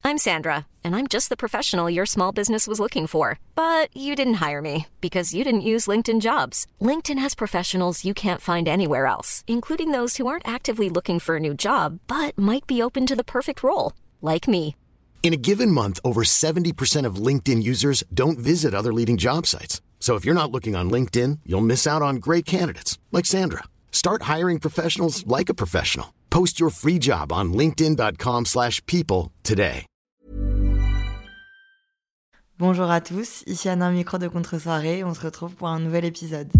I'm Sandra, and I'm just the professional your small business was looking for. But you didn't hire me because you didn't use LinkedIn Jobs. LinkedIn has professionals you can't find anywhere else, including those who aren't actively looking for a new job, but might be open to the perfect role, like me. In a given month, over 70% of LinkedIn users don't visit other leading job sites. So if you're not looking on LinkedIn, you'll miss out on great candidates like Sandra. Start hiring professionals like a professional. Post your free job on linkedin.com/people today. Bonjour à tous, ici Anna Micro de Contre-soirée, on se retrouve pour un nouvel épisode.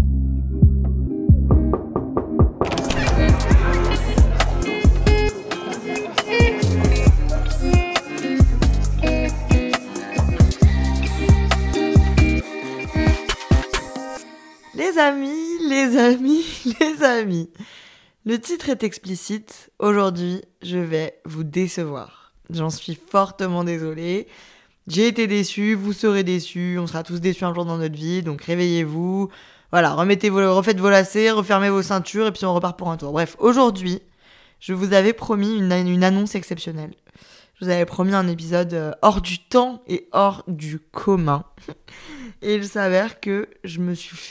Les amis, le titre est explicite. Aujourd'hui, je vais vous décevoir. J'en suis fortement désolée. J'ai été déçue, vous serez déçus, on sera tous déçus un jour dans notre vie, donc réveillez-vous. Voilà, refaites vos lacets, refermez vos ceintures et puis on repart pour un tour. Bref, aujourd'hui, je vous avais promis une annonce exceptionnelle. Je vous avais promis un épisode hors du temps et hors du commun. Et il s'avère que je me suis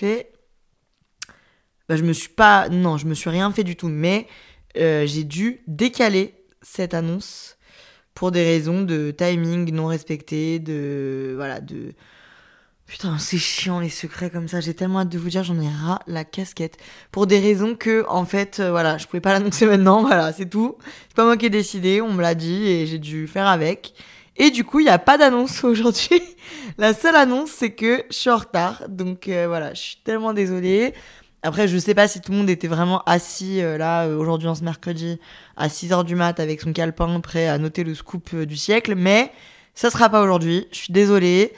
rien fait du tout, mais j'ai dû décaler cette annonce pour des raisons de timing non respecté, Putain, c'est chiant les secrets comme ça, j'ai tellement hâte de vous dire, j'en ai ras la casquette. Pour des raisons que, en fait, je pouvais pas l'annoncer maintenant, voilà, c'est tout. C'est pas moi qui ai décidé, on me l'a dit et j'ai dû faire avec. Et du coup, il n'y a pas d'annonce aujourd'hui. La seule annonce, c'est que je suis en retard, donc je suis tellement désolée. Après, je sais pas si tout le monde était vraiment assis aujourd'hui en ce mercredi à 6h du mat avec son calepin prêt à noter le scoop du siècle, mais ça sera pas aujourd'hui. Je suis désolée.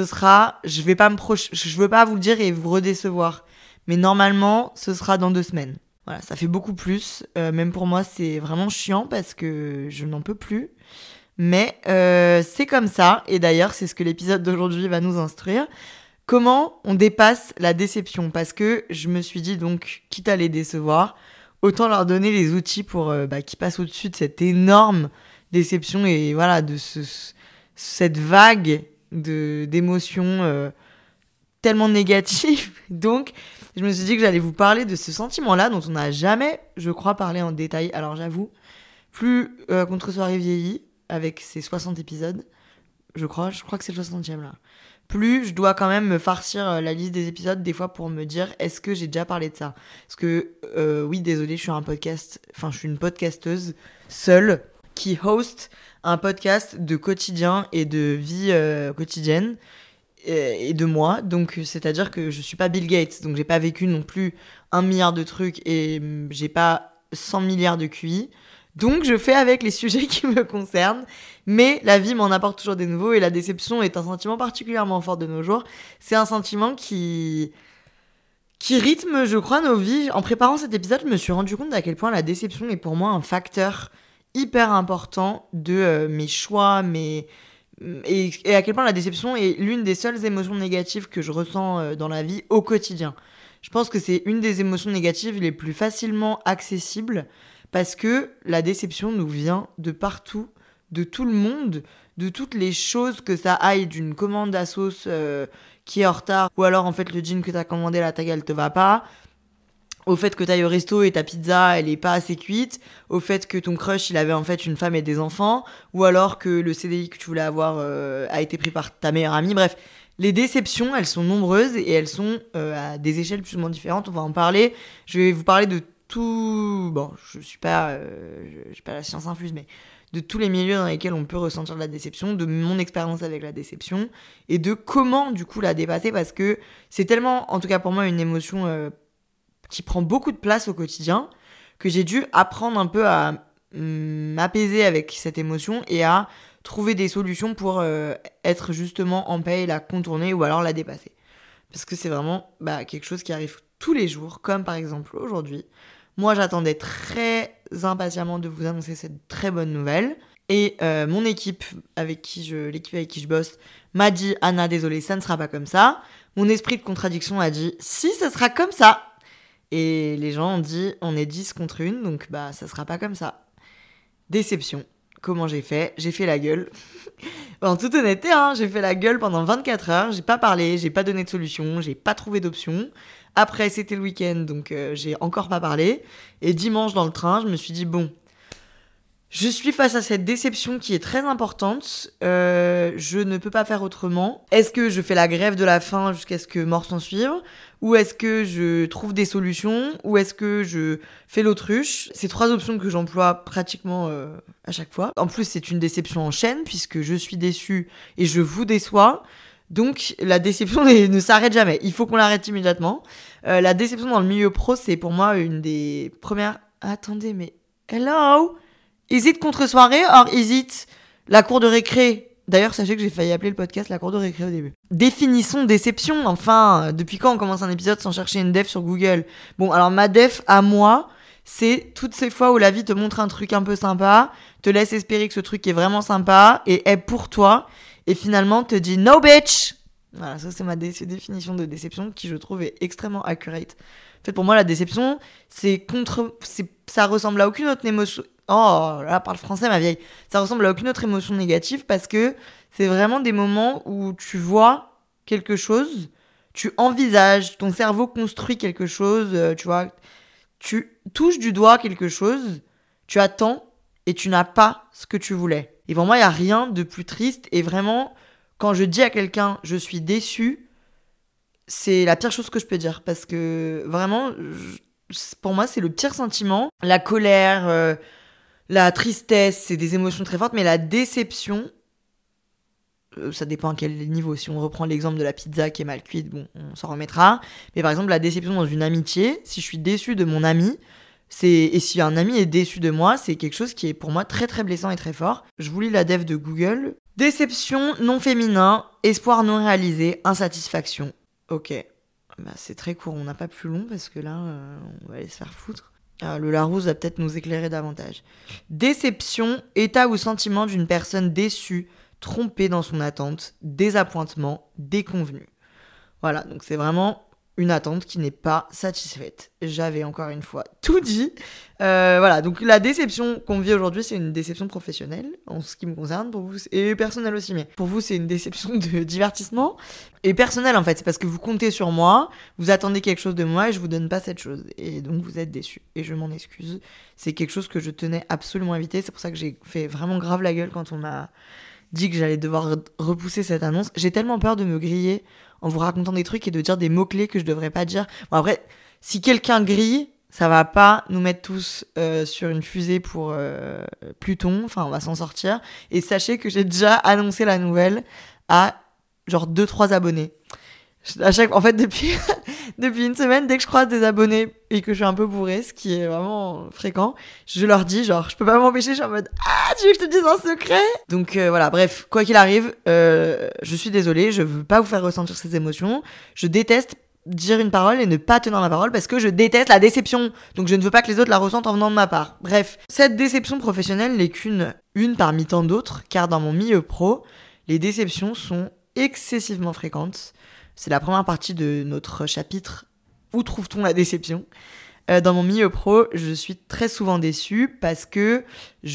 Je veux pas vous le dire et vous redécevoir, mais normalement, ce sera dans 2 semaines. Voilà, ça fait beaucoup plus. Même pour moi, c'est vraiment chiant parce que je n'en peux plus. Mais c'est comme ça. Et d'ailleurs, c'est ce que l'épisode d'aujourd'hui va nous instruire. Comment on dépasse la déception ? Parce que je me suis dit, donc, quitte à les décevoir, autant leur donner les outils pour qu'ils passent au-dessus de cette énorme déception et voilà, de cette vague d'émotions tellement négatives. Donc, je me suis dit que j'allais vous parler de ce sentiment-là dont on n'a jamais, je crois, parlé en détail. Alors, j'avoue, plus Contre-soirée vieillit, avec ses 60 épisodes, je crois que c'est le 60e là. Plus je dois quand même me farcir la liste des épisodes des fois pour me dire est-ce que j'ai déjà parlé de ça ? Parce que oui, désolé, je suis une podcasteuse seule qui host un podcast de quotidien et de vie quotidienne et de moi. Donc c'est-à-dire que je suis pas Bill Gates, donc j'ai pas vécu non plus 1 milliard de trucs et j'ai pas 100 milliards de QI. Donc je fais avec les sujets qui me concernent, mais la vie m'en apporte toujours des nouveaux et la déception est un sentiment particulièrement fort de nos jours. C'est un sentiment qui rythme, je crois, nos vies. En préparant cet épisode, je me suis rendu compte à quel point la déception est pour moi un facteur hyper important de mes choix, et à quel point la déception est l'une des seules émotions négatives que je ressens dans la vie au quotidien. Je pense que c'est une des émotions négatives les plus facilement accessibles parce que la déception nous vient de partout, de tout le monde, de toutes les choses, que ça aille d'une commande à sauce qui est en retard, ou alors en fait le jean que t'as commandé, la tag elle te va pas, au fait que t'ailles au resto et ta pizza elle est pas assez cuite, au fait que ton crush il avait en fait une femme et des enfants, ou alors que le CDI que tu voulais avoir a été pris par ta meilleure amie, bref. Les déceptions, elles sont nombreuses et elles sont à des échelles plus ou moins différentes, on va en parler. Je vais vous parler de tout... Bon, je suis pas la science infuse, mais de tous les milieux dans lesquels on peut ressentir de la déception, de mon expérience avec la déception, et de comment, du coup, la dépasser, parce que c'est tellement, en tout cas pour moi, une émotion qui prend beaucoup de place au quotidien, que j'ai dû apprendre un peu à m'apaiser avec cette émotion et à trouver des solutions pour être justement en paix et la contourner ou alors la dépasser. Parce que c'est vraiment quelque chose qui arrive tous les jours, comme par exemple aujourd'hui. Moi, j'attendais très impatiemment de vous annoncer cette très bonne nouvelle. Et mon l'équipe avec qui je bosse m'a dit « Anna, désolée, ça ne sera pas comme ça ». Mon esprit de contradiction a dit « Si, ça sera comme ça ». Et les gens ont dit « On est 10 contre 1, donc ça sera pas comme ça ». Déception. Comment j'ai fait ? J'ai fait la gueule. En toute honnêteté, j'ai fait la gueule pendant 24 heures. J'ai pas parlé, j'ai pas donné de solution, j'ai pas trouvé d'option. Après, c'était le week-end, donc j'ai encore pas parlé. Et dimanche, dans le train, je me suis dit, bon, je suis face à cette déception qui est très importante. Je ne peux pas faire autrement. Est-ce que je fais la grève de la faim jusqu'à ce que mort s'en suive ? Ou est-ce que je trouve des solutions ? Ou est-ce que je fais l'autruche ? C'est 3 options que j'emploie pratiquement à chaque fois. En plus, c'est une déception en chaîne, puisque je suis déçue et je vous déçois. Donc, la déception ne s'arrête jamais. Il faut qu'on l'arrête immédiatement. La déception dans le milieu pro, c'est pour moi une des premières... Attendez, mais... Hello ? Is it contre-soirée or is it la cour de récré ? D'ailleurs, sachez que j'ai failli appeler le podcast la cour de récré au début. Définissons déception, enfin. Depuis quand on commence un épisode sans chercher une def sur Google ? Bon, alors ma def à moi, c'est toutes ces fois où la vie te montre un truc un peu sympa, te laisse espérer que ce truc est vraiment sympa et est pour toi, et finalement te dit « No bitch !» Voilà, ça c'est ma définition de déception qui je trouve est extrêmement accurate. En fait, pour moi, la déception, ça ressemble à aucune autre émotion. Oh, là, parle français, ma vieille. Ça ressemble à aucune autre émotion négative parce que c'est vraiment des moments où tu vois quelque chose, tu envisages, ton cerveau construit quelque chose, tu vois, tu touches du doigt quelque chose, tu attends et tu n'as pas ce que tu voulais. Et pour moi, il n'y a rien de plus triste et vraiment, quand je dis à quelqu'un « je suis déçu », c'est la pire chose que je peux dire parce que vraiment, pour moi, c'est le pire sentiment. La colère, la tristesse, c'est des émotions très fortes, mais la déception, ça dépend à quel niveau. Si on reprend l'exemple de la pizza qui est mal cuite, bon, on s'en remettra. Mais par exemple, la déception dans une amitié, si je suis déçue de mon ami, et si un ami est déçu de moi, c'est quelque chose qui est pour moi très très blessant et très fort. Je vous lis la def de Google. Déception non féminin, espoir non réalisé, insatisfaction. Ok, bah, c'est très court, on n'a pas plus long parce que là, on va aller se faire foutre. Le Larousse va peut-être nous éclairer davantage. Déception, état ou sentiment d'une personne déçue, trompée dans son attente, désappointement, déconvenu. Voilà, donc c'est vraiment une attente qui n'est pas satisfaite. J'avais encore une fois tout dit. Voilà, donc la déception qu'on vit aujourd'hui, c'est une déception professionnelle, en ce qui me concerne, pour vous, et personnelle aussi, mais pour vous, c'est une déception de divertissement. Et personnelle, en fait, c'est parce que vous comptez sur moi, vous attendez quelque chose de moi et je vous donne pas cette chose. Et donc, vous êtes déçus. Et je m'en excuse. C'est quelque chose que je tenais absolument à éviter. C'est pour ça que j'ai fait vraiment grave la gueule quand on m'a dit que j'allais devoir repousser cette annonce. J'ai tellement peur de me griller en vous racontant des trucs et de dire des mots-clés que je devrais pas dire. Bon, après, si quelqu'un grille, ça va pas nous mettre tous sur une fusée pour Pluton. Enfin, on va s'en sortir. Et sachez que j'ai déjà annoncé la nouvelle à genre 2-3 abonnés. En fait, depuis une semaine, dès que je croise des abonnés et que je suis un peu bourrée, ce qui est vraiment fréquent, je leur dis genre, je peux pas m'empêcher, je suis en mode « Ah, tu veux que je te dise un secret ?» Donc voilà, bref, quoi qu'il arrive, je suis désolée, je veux pas vous faire ressentir ces émotions. Je déteste dire une parole et ne pas tenir ma parole parce que je déteste la déception. Donc je ne veux pas que les autres la ressentent en venant de ma part. Bref, cette déception professionnelle n'est qu'une parmi tant d'autres, car dans mon milieu pro, les déceptions sont excessivement fréquentes. C'est la première partie de notre chapitre « Où trouve-t-on la déception ?» Dans mon milieu pro, je suis très souvent déçue parce que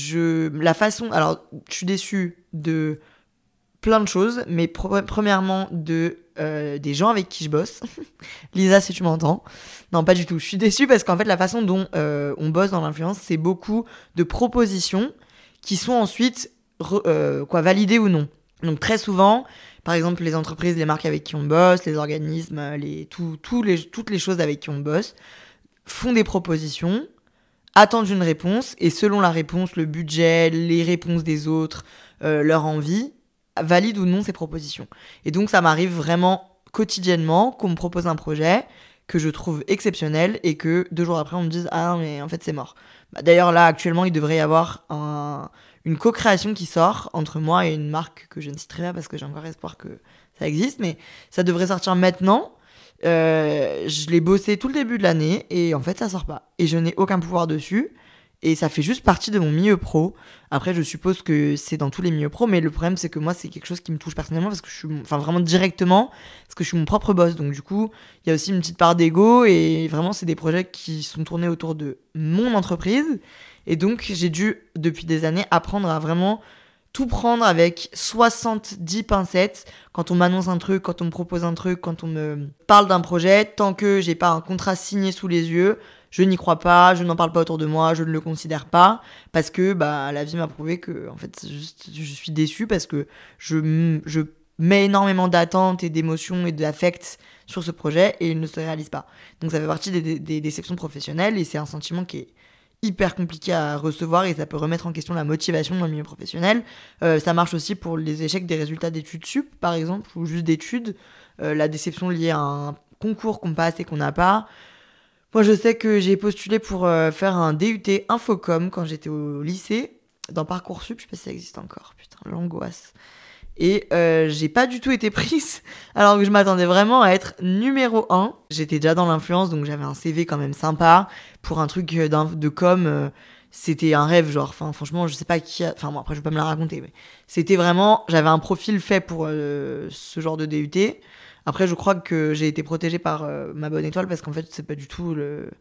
alors, je suis déçue de plein de choses, mais premièrement des gens avec qui je bosse. Lisa, si tu m'entends. Non, pas du tout. Je suis déçue parce qu'en fait, la façon dont on bosse dans l'influence, c'est beaucoup de propositions qui sont ensuite validées ou non. Donc très souvent, par exemple, les entreprises, les marques avec qui on bosse, les organismes, toutes les choses avec qui on bosse, font des propositions, attendent une réponse, et selon la réponse, le budget, les réponses des autres, leur envie, valident ou non ces propositions. Et donc ça m'arrive vraiment quotidiennement qu'on me propose un projet que je trouve exceptionnel et que 2 jours après on me dise « Ah non, mais en fait c'est mort ». D'ailleurs là, actuellement, il devrait y avoir une co-création qui sort entre moi et une marque que je ne citerai pas parce que j'ai encore espoir que ça existe, mais ça devrait sortir maintenant. Je l'ai bossé tout le début de l'année et en fait ça sort pas. Et je n'ai aucun pouvoir dessus Et ça fait juste partie de mon milieu pro. Après, je suppose que c'est dans tous les milieux pro, mais le problème, c'est que moi, c'est quelque chose qui me touche personnellement parce que je suis, enfin, vraiment directement, parce que je suis mon propre boss. Donc, du coup, il y a aussi une petite part d'ego et vraiment, c'est des projets qui sont tournés autour de mon entreprise. Et donc, j'ai dû, depuis des années, apprendre à vraiment tout prendre avec 70 pincettes. Quand on m'annonce un truc, quand on me propose un truc, quand on me parle d'un projet, tant que j'ai pas un contrat signé sous les yeux, je n'y crois pas, je n'en parle pas autour de moi, je ne le considère pas, parce que la vie m'a prouvé que en fait, je suis déçue parce que je mets énormément d'attentes et d'émotions et d'affect sur ce projet et il ne se réalise pas. Donc ça fait partie des déceptions professionnelles et c'est un sentiment qui est hyper compliqué à recevoir et ça peut remettre en question la motivation dans le milieu professionnel. Ça marche aussi pour les échecs des résultats d'études sup, par exemple, ou juste d'études. La déception liée à un concours qu'on passe et qu'on n'a pas. Moi, je sais que j'ai postulé pour faire un DUT Infocom quand j'étais au lycée, dans Parcoursup, je sais pas si ça existe encore, putain, l'angoisse. Et j'ai pas du tout été prise, alors que je m'attendais vraiment à être numéro 1. J'étais déjà dans l'influence, donc j'avais un CV quand même sympa. Pour un truc de com, c'était un rêve, genre, enfin, franchement, je sais pas qui a... Enfin, bon, après, je vais pas me la raconter, mais c'était vraiment... J'avais un profil fait pour ce genre de DUT. Après, je crois que j'ai été protégée par ma bonne étoile, parce qu'en fait, c'est pas du tout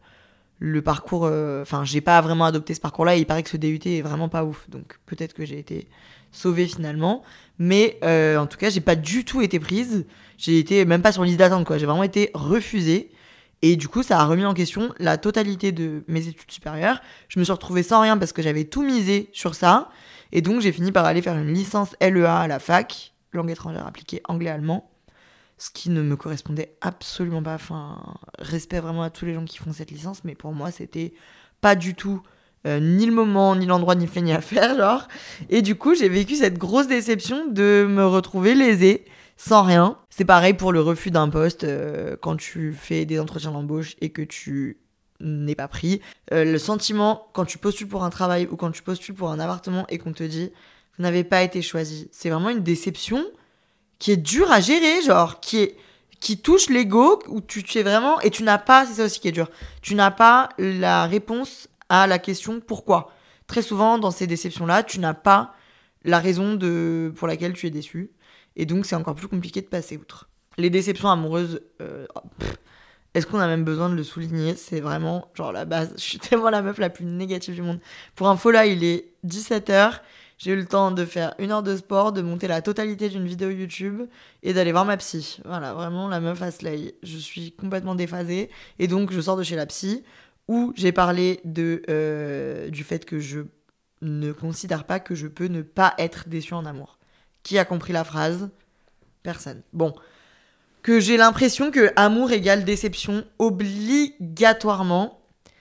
le parcours... Enfin, j'ai pas vraiment adopté ce parcours-là, et il paraît que ce DUT est vraiment pas ouf. Donc, peut-être que j'ai été sauvée finalement. Mais en tout cas, j'ai pas du tout été prise. J'ai été même pas sur liste d'attente, quoi. J'ai vraiment été refusée. Et du coup, ça a remis en question la totalité de mes études supérieures. Je me suis retrouvée sans rien parce que j'avais tout misé sur ça. Et donc, j'ai fini par aller faire une licence LEA à la fac, langue étrangère appliquée anglais-allemand. Ce qui ne me correspondait absolument pas. Enfin, respect vraiment à tous les gens qui font cette licence. Mais pour moi, c'était pas du tout ni le moment, ni l'endroit, ni le fait, ni à faire, genre. Et du coup, j'ai vécu cette grosse déception de me retrouver lésée, sans rien. C'est pareil pour le refus d'un poste quand tu fais des entretiens d'embauche et que tu n'es pas pris. Le sentiment, quand tu postules pour un travail ou quand tu postules pour un appartement et qu'on te dit « Vous n'avez pas été choisi », c'est vraiment une déception qui est dure à gérer, genre, qui touche l'ego, où tu es vraiment... Et tu n'as pas, c'est ça aussi qui est dur, tu n'as pas la réponse à la question pourquoi. Très souvent, dans ces déceptions-là, tu n'as pas la raison pour laquelle tu es déçu. Et donc, c'est encore plus compliqué de passer outre. Les déceptions amoureuses, est-ce qu'on a même besoin de le souligner ? C'est vraiment, genre, la base. Je suis tellement la meuf la plus négative du monde. Pour info, là, il est 17h. J'ai eu le temps de faire 1 heure de sport, de monter la totalité d'une vidéo YouTube et d'aller voir ma psy. Voilà, vraiment, la meuf à slay. Je suis complètement déphasée. Et donc, je sors de chez la psy où j'ai parlé du fait que je ne considère pas que je peux ne pas être déçue en amour. Qui a compris la phrase ? Personne. Bon. Que j'ai l'impression que amour égale déception obligatoirement.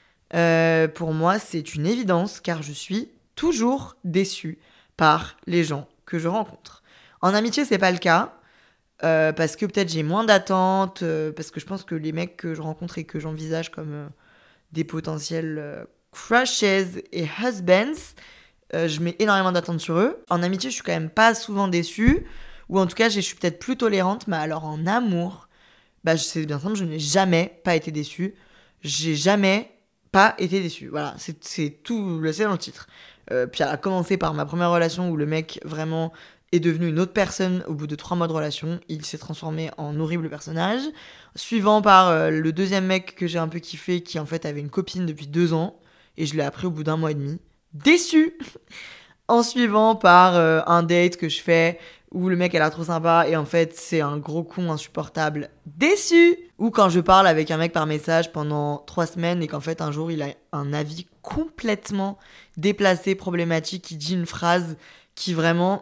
Pour moi, c'est une évidence car je suis toujours déçue par les gens que je rencontre. En amitié, c'est pas le cas. Parce que peut-être j'ai moins d'attentes. Parce que je pense que les mecs que je rencontre et que j'envisage comme des potentiels crushes et husbands, je mets énormément d'attentes sur eux. En amitié, je suis quand même pas souvent déçue. Ou en tout cas, je suis peut-être plus tolérante. Mais alors en amour, c'est bien simple, je n'ai jamais pas été déçue. J'ai jamais pas été déçue. Voilà, c'est tout, c'est dans le titre. Puis elle a commencé par ma première relation où le mec vraiment est devenu une autre personne au bout de 3 mois de relation. Il s'est transformé en horrible personnage. Suivant par le deuxième mec que j'ai un peu kiffé qui en fait avait une copine depuis 2 ans. Et je l'ai appris au bout d'1 mois et demi. Déçue. En suivant par un date que je fais où le mec a l'air trop sympa et en fait c'est un gros con insupportable. Déçu. Ou quand je parle avec un mec par message pendant 3 semaines et qu'en fait un jour il a un avis complètement déplacé, problématique, qui dit une phrase qui vraiment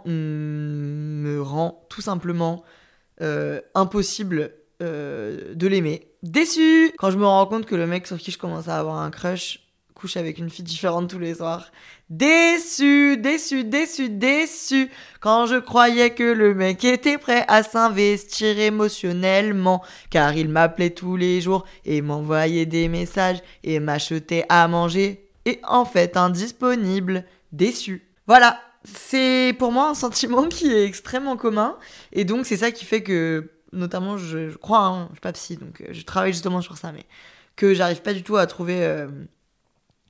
me rend tout simplement impossible de l'aimer. Déçu. Quand je me rends compte que le mec sur qui je commence à avoir un crush couche avec une fille différente tous les soirs. Déçu, déçu, déçu, déçu. Quand je croyais que le mec était prêt à s'investir émotionnellement, car il m'appelait tous les jours et m'envoyait des messages et m'achetait à manger. Et en fait, indisponible. Déçu. Voilà. C'est pour moi un sentiment qui est extrêmement commun. Et donc, c'est ça qui fait que, notamment, je crois, je suis pas psy, donc je travaille justement sur ça, mais que j'arrive pas du tout à trouver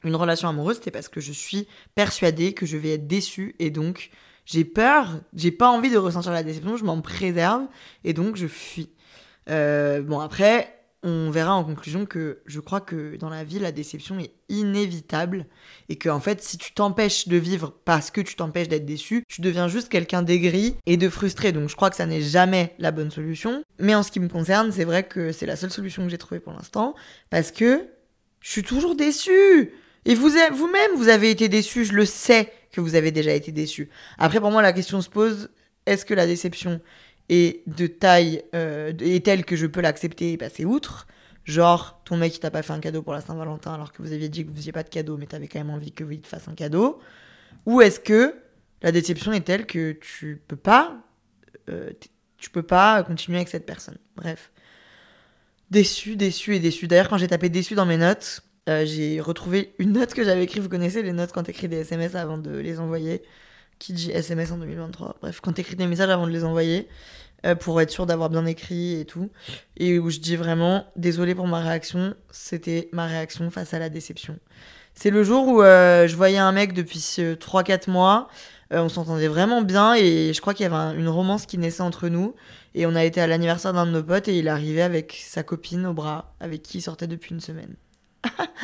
une relation amoureuse, c'est parce que je suis persuadée que je vais être déçue et donc j'ai peur, j'ai pas envie de ressentir la déception, je m'en préserve et donc je fuis. Bon après, on verra en conclusion que je crois que dans la vie, la déception est inévitable et que en fait, si tu t'empêches de vivre parce que tu t'empêches d'être déçu, tu deviens juste quelqu'un d'aigri et de frustré. Donc je crois que ça n'est jamais la bonne solution. Mais en ce qui me concerne, c'est vrai que c'est la seule solution que j'ai trouvée pour l'instant parce que je suis toujours déçue. Et vous-même, vous avez été déçu, je le sais que vous avez déjà été déçu. Après, pour moi, la question se pose, est-ce que la déception est de taille, est telle que je peux l'accepter et passer outre ? Genre, ton mec, il t'a pas fait un cadeau pour la Saint-Valentin alors que vous aviez dit que vous faisiez pas de cadeau, mais t'avais quand même envie qu'il te fasse un cadeau. Ou est-ce que la déception est telle que tu peux pas continuer avec cette personne ? Bref. Déçu. D'ailleurs, quand j'ai tapé déçu dans mes notes, j'ai retrouvé une note que j'avais écrite. Vous connaissez les notes quand t'écris des SMS avant de les envoyer ? Qui dit SMS en 2023 ? Bref, quand t'écris des messages avant de les envoyer, pour être sûr d'avoir bien écrit et tout. Et où je dis vraiment, désolé pour ma réaction, c'était ma réaction face à la déception. C'est le jour où je voyais un mec depuis 3-4 mois, on s'entendait vraiment bien et je crois qu'il y avait une romance qui naissait entre nous. Et on a été à l'anniversaire d'un de nos potes et il arrivait avec sa copine au bras, avec qui il sortait depuis une semaine. Quoi ?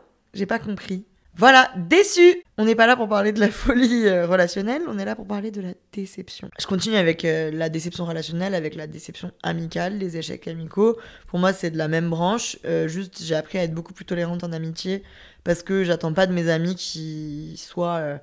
J'ai pas compris. Voilà, déçu. On n'est pas là pour parler de la folie relationnelle, on est là pour parler de la déception. Je continue avec la déception relationnelle, avec la déception amicale, les échecs amicaux. Pour moi, c'est de la même branche. Juste, j'ai appris à être beaucoup plus tolérante en amitié parce que j'attends pas de mes amis qui soient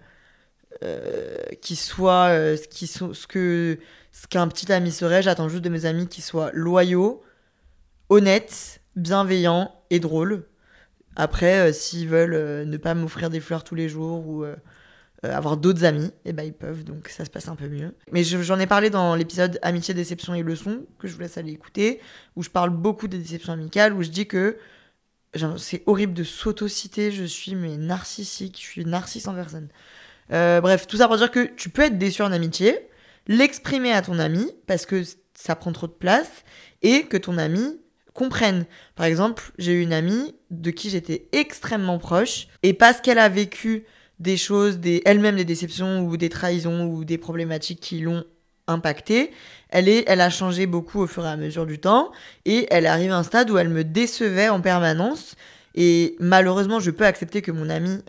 ce qu'un petit ami serait. J'attends juste de mes amis qui soient loyaux, honnêtes, bienveillants et drôles. Après, s'ils veulent ne pas m'offrir des fleurs tous les jours ou avoir d'autres amis, eh ben ils peuvent, donc ça se passe un peu mieux. Mais j'en ai parlé dans l'épisode Amitié, déception et leçons, que je vous laisse aller écouter, où je parle beaucoup des déceptions amicales, où je dis que c'est horrible de s'auto-citer, je suis narcissique, je suis narcisse en personne. Bref, tout ça pour dire que tu peux être déçu en amitié, l'exprimer à ton ami, parce que ça prend trop de place, et que ton ami comprenne. Par exemple, j'ai eu une amie de qui j'étais extrêmement proche, et parce qu'elle a vécu des choses, elle-même des déceptions ou des trahisons ou des problématiques qui l'ont impactée, elle a changé beaucoup au fur et à mesure du temps, et elle arrive à un stade où elle me décevait en permanence, et malheureusement, je peux accepter que mon amie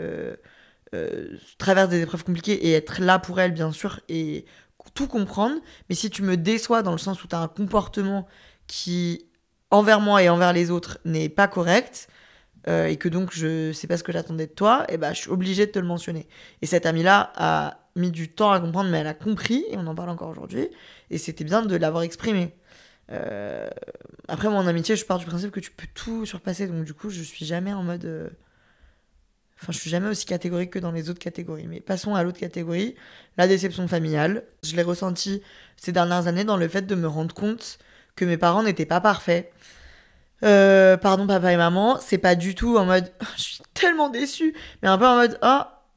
traverse des épreuves compliquées et être là pour elle, bien sûr, et tout comprendre, mais si tu me déçois dans le sens où tu as un comportement qui, envers moi et envers les autres, n'est pas correct, et que donc je sais pas ce que j'attendais de toi, et ben je suis obligée de te le mentionner. Et cette amie-là a mis du temps à comprendre, mais elle a compris, et on en parle encore aujourd'hui, et c'était bien de l'avoir exprimé. Après, moi, en amitié, je pars du principe que tu peux tout surpasser, donc du coup, je suis jamais en mode... Enfin, je suis jamais aussi catégorique que dans les autres catégories. Mais passons à l'autre catégorie, la déception familiale. Je l'ai ressentie ces dernières années dans le fait de me rendre compte que mes parents n'étaient pas parfaits. Pardon papa et maman, c'est pas du tout en mode je suis tellement déçue, mais un peu en mode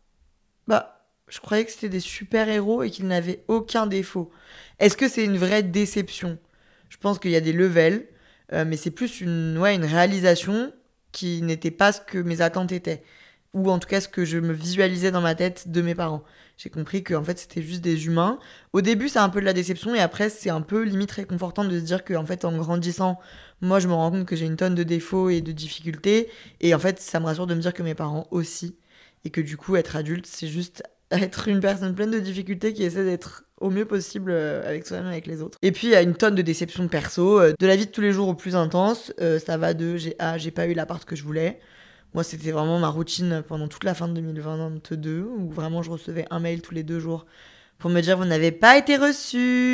je croyais que c'était des super-héros et qu'ils n'avaient aucun défaut. Est-ce que c'est une vraie déception ? Je pense qu'il y a des levels, mais c'est plus une réalisation qui n'était pas ce que mes attentes étaient. Ou en tout cas ce que je me visualisais dans ma tête de mes parents. J'ai compris qu'en fait c'était juste des humains. Au début c'est un peu de la déception et après c'est un peu limite réconfortant de se dire qu'en fait en grandissant, moi je me rends compte que j'ai une tonne de défauts et de difficultés. Et en fait ça me rassure de me dire que mes parents aussi. Et que du coup être adulte c'est juste être une personne pleine de difficultés qui essaie d'être au mieux possible avec soi-même et avec les autres. Et puis il y a une tonne de déceptions perso, de la vie de tous les jours au plus intense. Ça va de j'ai pas eu l'appart que je voulais. Moi, c'était vraiment ma routine pendant toute la fin de 2022, où vraiment je recevais un mail tous les 2 jours pour me dire « Vous n'avez pas été reçu !»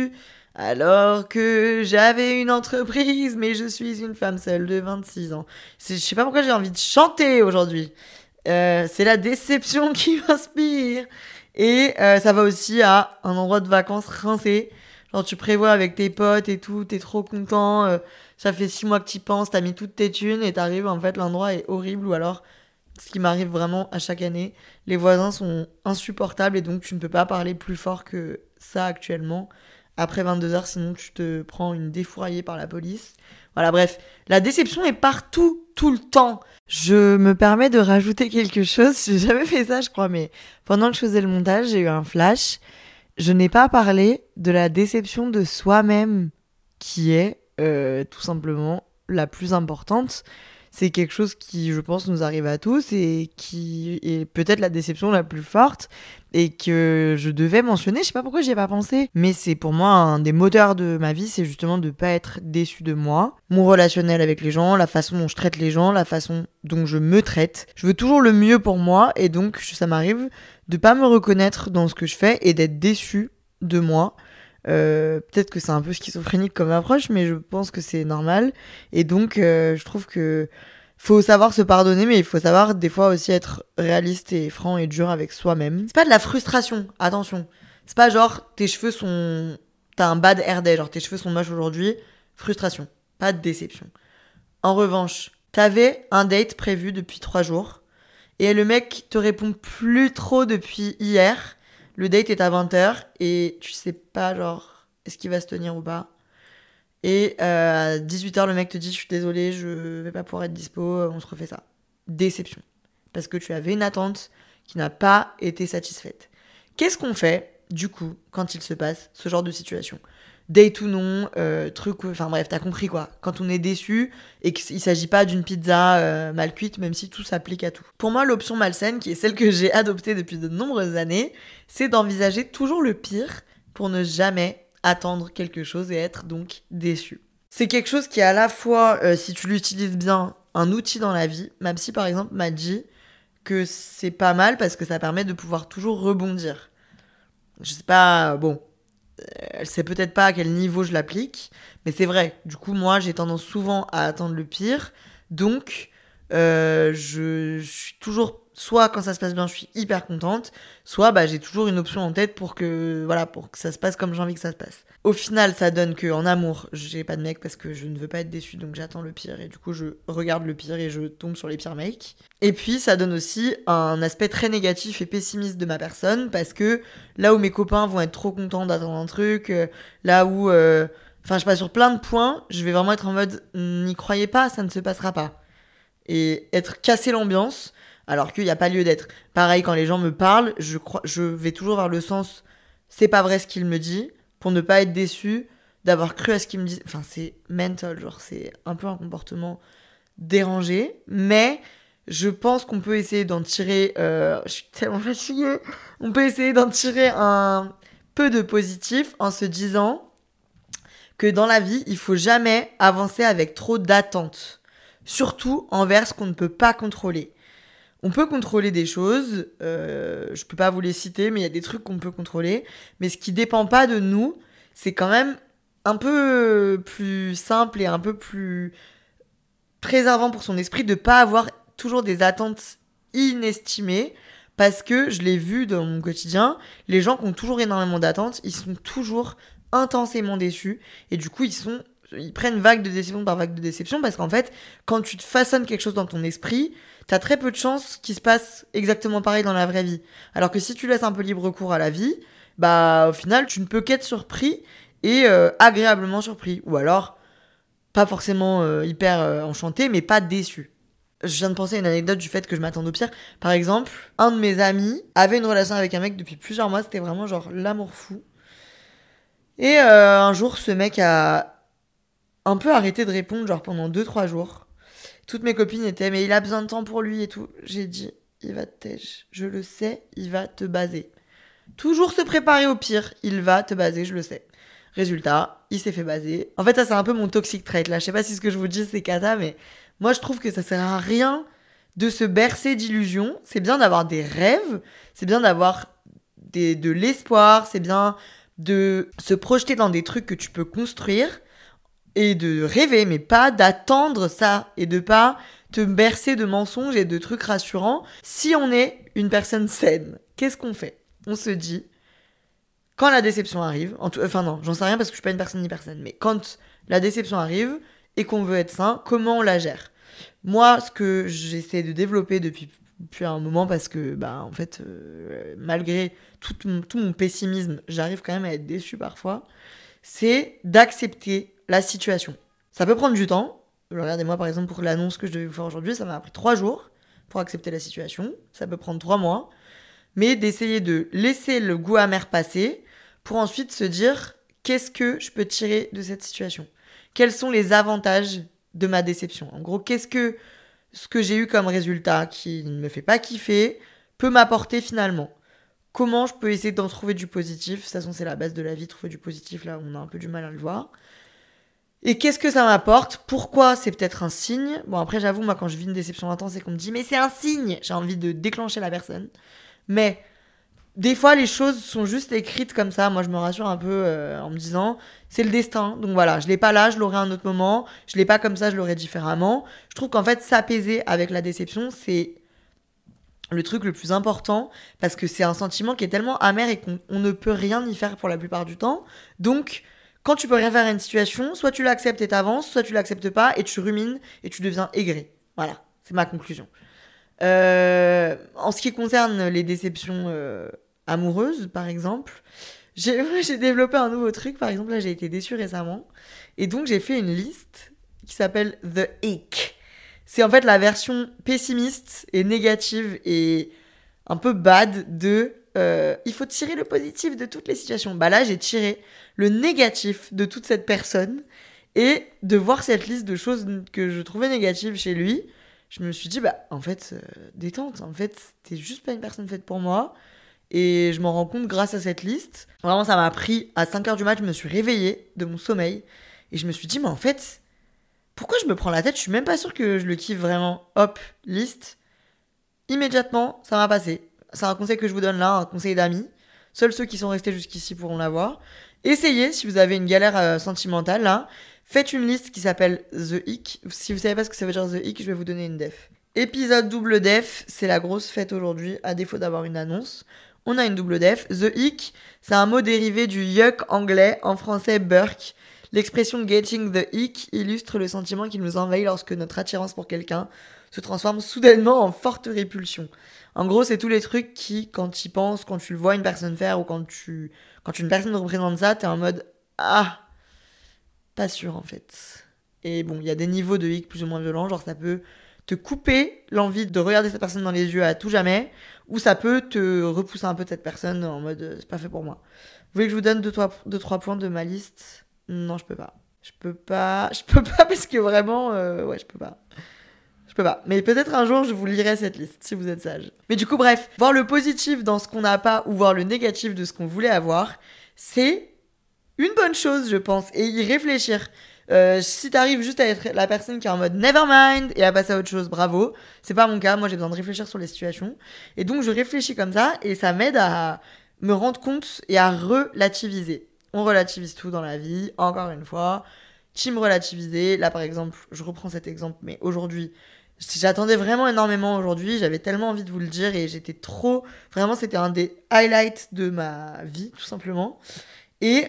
Alors que j'avais une entreprise, mais je suis une femme seule de 26 ans. Je sais pas pourquoi j'ai envie de chanter aujourd'hui. C'est la déception qui m'inspire. Et ça va aussi à un endroit de vacances rincé. Genre tu prévois avec tes potes et tout, t'es trop content, ça fait 6 mois que t'y penses, t'as mis toutes tes thunes et t'arrives, en fait l'endroit est horrible. Ou alors, ce qui m'arrive vraiment à chaque année, les voisins sont insupportables et donc tu ne peux pas parler plus fort que ça actuellement. Après 22h, sinon tu te prends une défouraillée par la police. Voilà, bref, la déception est partout, tout le temps. Je me permets de rajouter quelque chose, j'ai jamais fait ça je crois, mais pendant que je faisais le montage, j'ai eu un flash. Je n'ai pas parlé de la déception de soi-même qui est tout simplement la plus importante. C'est quelque chose qui, je pense, nous arrive à tous et qui est peut-être la déception la plus forte et que je devais mentionner. Je sais pas pourquoi j'y ai pas pensé, mais c'est pour moi un des moteurs de ma vie, c'est justement de pas être déçu de moi. Mon relationnel avec les gens, la façon dont je traite les gens, la façon dont je me traite. Je veux toujours le mieux pour moi et donc ça m'arrive de pas me reconnaître dans ce que je fais et d'être déçu de moi. Peut-être que c'est un peu schizophrénique comme approche, mais je pense que c'est normal. Et donc, je trouve que faut savoir se pardonner, mais il faut savoir des fois aussi être réaliste et franc et dur avec soi-même. C'est pas de la frustration, attention. C'est pas genre tes cheveux sont... T'as un bad hair day, genre tes cheveux sont moches aujourd'hui. Frustration, pas de déception. En revanche, t'avais un date prévu depuis 3 jours et le mec te répond plus trop depuis hier. Le date est à 20h et tu sais pas, genre, est-ce qu'il va se tenir ou pas. Et à 18h, le mec te dit « Je suis désolé, je vais pas pouvoir être dispo, on se refait ça. » Déception. Parce que tu avais une attente qui n'a pas été satisfaite. Qu'est-ce qu'on fait, du coup, quand il se passe ce genre de situation ? Date ou non, truc, enfin bref, t'as compris quoi. Quand on est déçu et qu'il s'agit pas d'une pizza mal cuite, même si tout s'applique à tout. Pour moi, l'option malsaine, qui est celle que j'ai adoptée depuis de nombreuses années, c'est d'envisager toujours le pire pour ne jamais attendre quelque chose et être donc déçu. C'est quelque chose qui est à la fois, si tu l'utilises bien, un outil dans la vie. Ma psy, par exemple, m'a dit que c'est pas mal parce que ça permet de pouvoir toujours rebondir. Je sais pas, bon... Elle sait peut-être pas à quel niveau je l'applique, mais c'est vrai. Du coup, moi, j'ai tendance souvent à attendre le pire. Donc, je suis toujours... Soit quand ça se passe bien, je suis hyper contente. Soit j'ai toujours une option en tête pour que ça se passe comme j'ai envie que ça se passe. Au final, ça donne qu'en amour, j'ai pas de mec parce que je ne veux pas être déçue, donc j'attends le pire. Et du coup, je regarde le pire et je tombe sur les pires mecs. Et puis, ça donne aussi un aspect très négatif et pessimiste de ma personne parce que là où mes copains vont être trop contents d'attendre un truc, là où... Enfin, je sais pas, sur plein de points, je vais vraiment être en mode « N'y croyez pas, ça ne se passera pas ». Et être cassé l'ambiance... alors qu'il n'y a pas lieu d'être. Pareil, quand les gens me parlent, je vais toujours vers le sens « c'est pas vrai ce qu'il me dit » pour ne pas être déçu d'avoir cru à ce qu'il me dit. Enfin, c'est mental, genre c'est un peu un comportement dérangé, mais je pense qu'on peut essayer d'en tirer... je suis tellement fatiguée. On peut essayer d'en tirer un peu de positif en se disant que dans la vie, il faut jamais avancer avec trop d'attentes. Surtout envers ce qu'on ne peut pas contrôler. On peut contrôler des choses, je peux pas vous les citer, mais il y a des trucs qu'on peut contrôler. Mais ce qui dépend pas de nous, c'est quand même un peu plus simple et un peu plus préservant pour son esprit de pas avoir toujours des attentes inestimées. Parce que je l'ai vu dans mon quotidien, les gens qui ont toujours énormément d'attentes, ils sont toujours intensément déçus. Et du coup, ils prennent vague de déception par vague de déception parce qu'en fait, quand tu te façonnes quelque chose dans ton esprit, t'as très peu de chances qu'il se passe exactement pareil dans la vraie vie. Alors que si tu laisses un peu libre cours à la vie, au final, tu ne peux qu'être surpris et agréablement surpris. Ou alors, pas forcément hyper enchanté, mais pas déçu. Je viens de penser à une anecdote du fait que je m'attends au pire. Par exemple, un de mes amis avait une relation avec un mec depuis plusieurs mois, c'était vraiment genre l'amour fou. Et un jour, ce mec a un peu arrêté de répondre, genre pendant 2-3 jours. Toutes mes copines étaient « mais il a besoin de temps pour lui et tout ». J'ai dit « il va te tège, je le sais, il va te baser ». Toujours se préparer au pire, il va te baser, je le sais. Résultat, il s'est fait baser. En fait, ça c'est un peu mon toxic trait là. Je sais pas si ce que je vous dis c'est cata, mais moi je trouve que ça sert à rien de se bercer d'illusions. C'est bien d'avoir des rêves, c'est bien d'avoir de l'espoir, c'est bien de se projeter dans des trucs que tu peux construire. Et de rêver, mais pas d'attendre ça. Et de pas te bercer de mensonges et de trucs rassurants. Si on est une personne saine, qu'est-ce qu'on fait ? On se dit, quand la déception arrive... Enfin non, j'en sais rien parce que je suis pas une personne hyper saine. Mais quand la déception arrive et qu'on veut être sain, comment on la gère ? Moi, ce que j'essaie de développer depuis un moment, parce que, en fait, malgré tout mon pessimisme, j'arrive quand même à être déçue parfois, c'est d'accepter la situation. Ça peut prendre du temps. Regardez-moi par exemple pour l'annonce que je devais vous faire aujourd'hui, ça m'a pris 3 jours pour accepter la situation. Ça peut prendre 3 mois. Mais d'essayer de laisser le goût amer passer pour ensuite se dire qu'est-ce que je peux tirer de cette situation ? Quels sont les avantages de ma déception ? En gros, qu'est-ce que ce que j'ai eu comme résultat qui ne me fait pas kiffer peut m'apporter finalement ? Comment je peux essayer d'en trouver du positif ? De toute façon, c'est la base de la vie, trouver du positif là où on a un peu du mal à le voir. Et qu'est-ce que ça m'apporte ? Pourquoi c'est peut-être un signe ? Bon, après, j'avoue, moi, quand je vis une déception intense et qu'on me dit « mais c'est un signe !» j'ai envie de déclencher la personne. Mais des fois, les choses sont juste écrites comme ça. Moi, je me rassure un peu en me disant « c'est le destin ». Donc voilà, je l'ai pas là, je l'aurai à un autre moment. Je l'ai pas comme ça, je l'aurai différemment. Je trouve qu'en fait, s'apaiser avec la déception, c'est le truc le plus important parce que c'est un sentiment qui est tellement amer et qu'on ne peut rien y faire pour la plupart du temps. Donc, quand tu peux rien faire à une situation, soit tu l'acceptes et t'avances, soit tu l'acceptes pas et tu rumines et tu deviens aigri. Voilà, c'est ma conclusion. En ce qui concerne les déceptions amoureuses, par exemple, j'ai développé un nouveau truc. Par exemple, là, j'ai été déçue récemment. Et donc, j'ai fait une liste qui s'appelle The Ick. C'est en fait la version pessimiste et négative et un peu bad de il faut tirer le positif de toutes les situations. Bah là, j'ai tiré le négatif de toute cette personne et de voir cette liste de choses que je trouvais négatives chez lui, je me suis dit, bah en fait, détente, en fait, t'es juste pas une personne faite pour moi. Et je m'en rends compte grâce à cette liste. Vraiment, ça m'a pris à 5h du mat, je me suis réveillée de mon sommeil et je me suis dit, mais en fait, pourquoi je me prends la tête ? Je suis même pas sûre que je le kiffe vraiment. Hop, liste. Immédiatement, ça m'a passé. C'est un conseil que je vous donne là, un conseil d'amis. Seuls ceux qui sont restés jusqu'ici pourront l'avoir. Essayez, si vous avez une galère sentimentale là, faites une liste qui s'appelle The Ick. Si vous savez pas ce que ça veut dire The Ick, je vais vous donner une def. Épisode double def, c'est la grosse fête aujourd'hui, à défaut d'avoir une annonce. On a une double def. The Ick, c'est un mot dérivé du yuck anglais, en français burk. L'expression getting the ick illustre le sentiment qui nous envahit lorsque notre attirance pour quelqu'un se transforme soudainement en forte répulsion. En gros, c'est tous les trucs qui, quand tu y penses, quand tu le vois une personne faire ou quand une personne représente ça, t'es en mode « Ah, pas sûr en fait ». Et bon, il y a des niveaux de ick plus ou moins violents, genre ça peut te couper l'envie de regarder cette personne dans les yeux à tout jamais, ou ça peut te repousser un peu de cette personne en mode « c'est pas fait pour moi ». Vous voulez que je vous donne 2-3 points de ma liste ? Non, je peux pas parce que vraiment, ouais, je peux pas. Mais peut-être un jour, je vous lirai cette liste, si vous êtes sage. Mais du coup, bref, voir le positif dans ce qu'on n'a pas ou voir le négatif de ce qu'on voulait avoir, c'est une bonne chose, je pense, et y réfléchir. Si t'arrives juste à être la personne qui est en mode never mind et à passer à autre chose, bravo. C'est pas mon cas, moi j'ai besoin de réfléchir sur les situations. Et donc je réfléchis comme ça et ça m'aide à me rendre compte et à relativiser. On relativise tout dans la vie, encore une fois. Team relativiser. Là, par exemple, je reprends cet exemple, mais aujourd'hui, j'attendais vraiment énormément aujourd'hui. J'avais tellement envie de vous le dire et j'étais trop... Vraiment, c'était un des highlights de ma vie, tout simplement. Et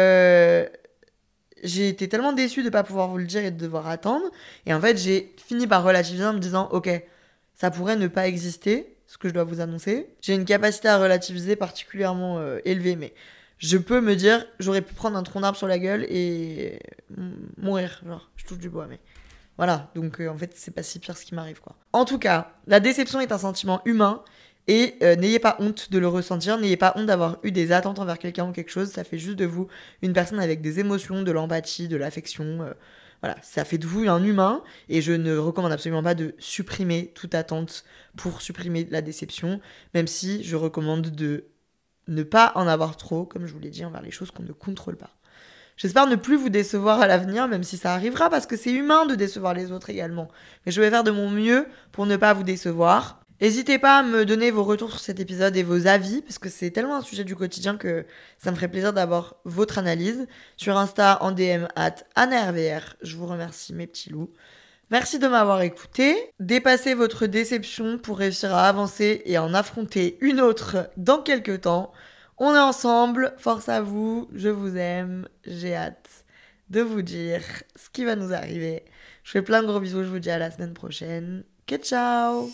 j'ai été tellement déçue de ne pas pouvoir vous le dire et de devoir attendre. Et en fait, j'ai fini par relativiser en me disant, ok, ça pourrait ne pas exister, ce que je dois vous annoncer. J'ai une capacité à relativiser particulièrement élevée, mais... je peux me dire, j'aurais pu prendre un tronc d'arbre sur la gueule et mourir. Genre, je touche du bois, mais voilà. Donc, en fait, c'est pas si pire ce qui m'arrive, quoi. En tout cas, la déception est un sentiment humain et n'ayez pas honte de le ressentir. N'ayez pas honte d'avoir eu des attentes envers quelqu'un ou quelque chose. Ça fait juste de vous une personne avec des émotions, de l'empathie, de l'affection. Voilà, ça fait de vous un humain et je ne recommande absolument pas de supprimer toute attente pour supprimer la déception, même si je recommande de ne pas en avoir trop, comme je vous l'ai dit, envers les choses qu'on ne contrôle pas. J'espère ne plus vous décevoir à l'avenir, même si ça arrivera, parce que c'est humain de décevoir les autres également. Mais je vais faire de mon mieux pour ne pas vous décevoir. N'hésitez pas à me donner vos retours sur cet épisode et vos avis, parce que c'est tellement un sujet du quotidien que ça me ferait plaisir d'avoir votre analyse. Sur Insta, en DM, @AnnaRVR. Je vous remercie, mes petits loups. Merci de m'avoir écouté. Dépassez votre déception pour réussir à avancer et en affronter une autre dans quelques temps. On est ensemble, force à vous, je vous aime, j'ai hâte de vous dire ce qui va nous arriver. Je fais plein de gros bisous, je vous dis à la semaine prochaine. Que ciao!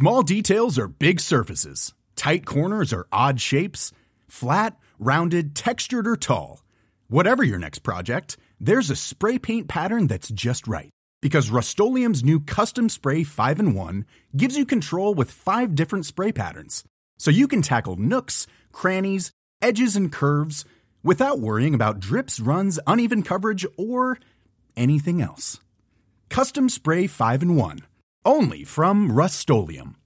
Small details are big surfaces. Tight corners are odd shapes. Flat, rounded, textured, or tall. Whatever your next project, there's a spray paint pattern that's just right. Because Rust-Oleum's new Custom Spray 5-in-1 gives you control with 5 different spray patterns. So you can tackle nooks, crannies, edges, and curves without worrying about drips, runs, uneven coverage, or anything else. Custom Spray 5-in-1. Only from Rust-Oleum.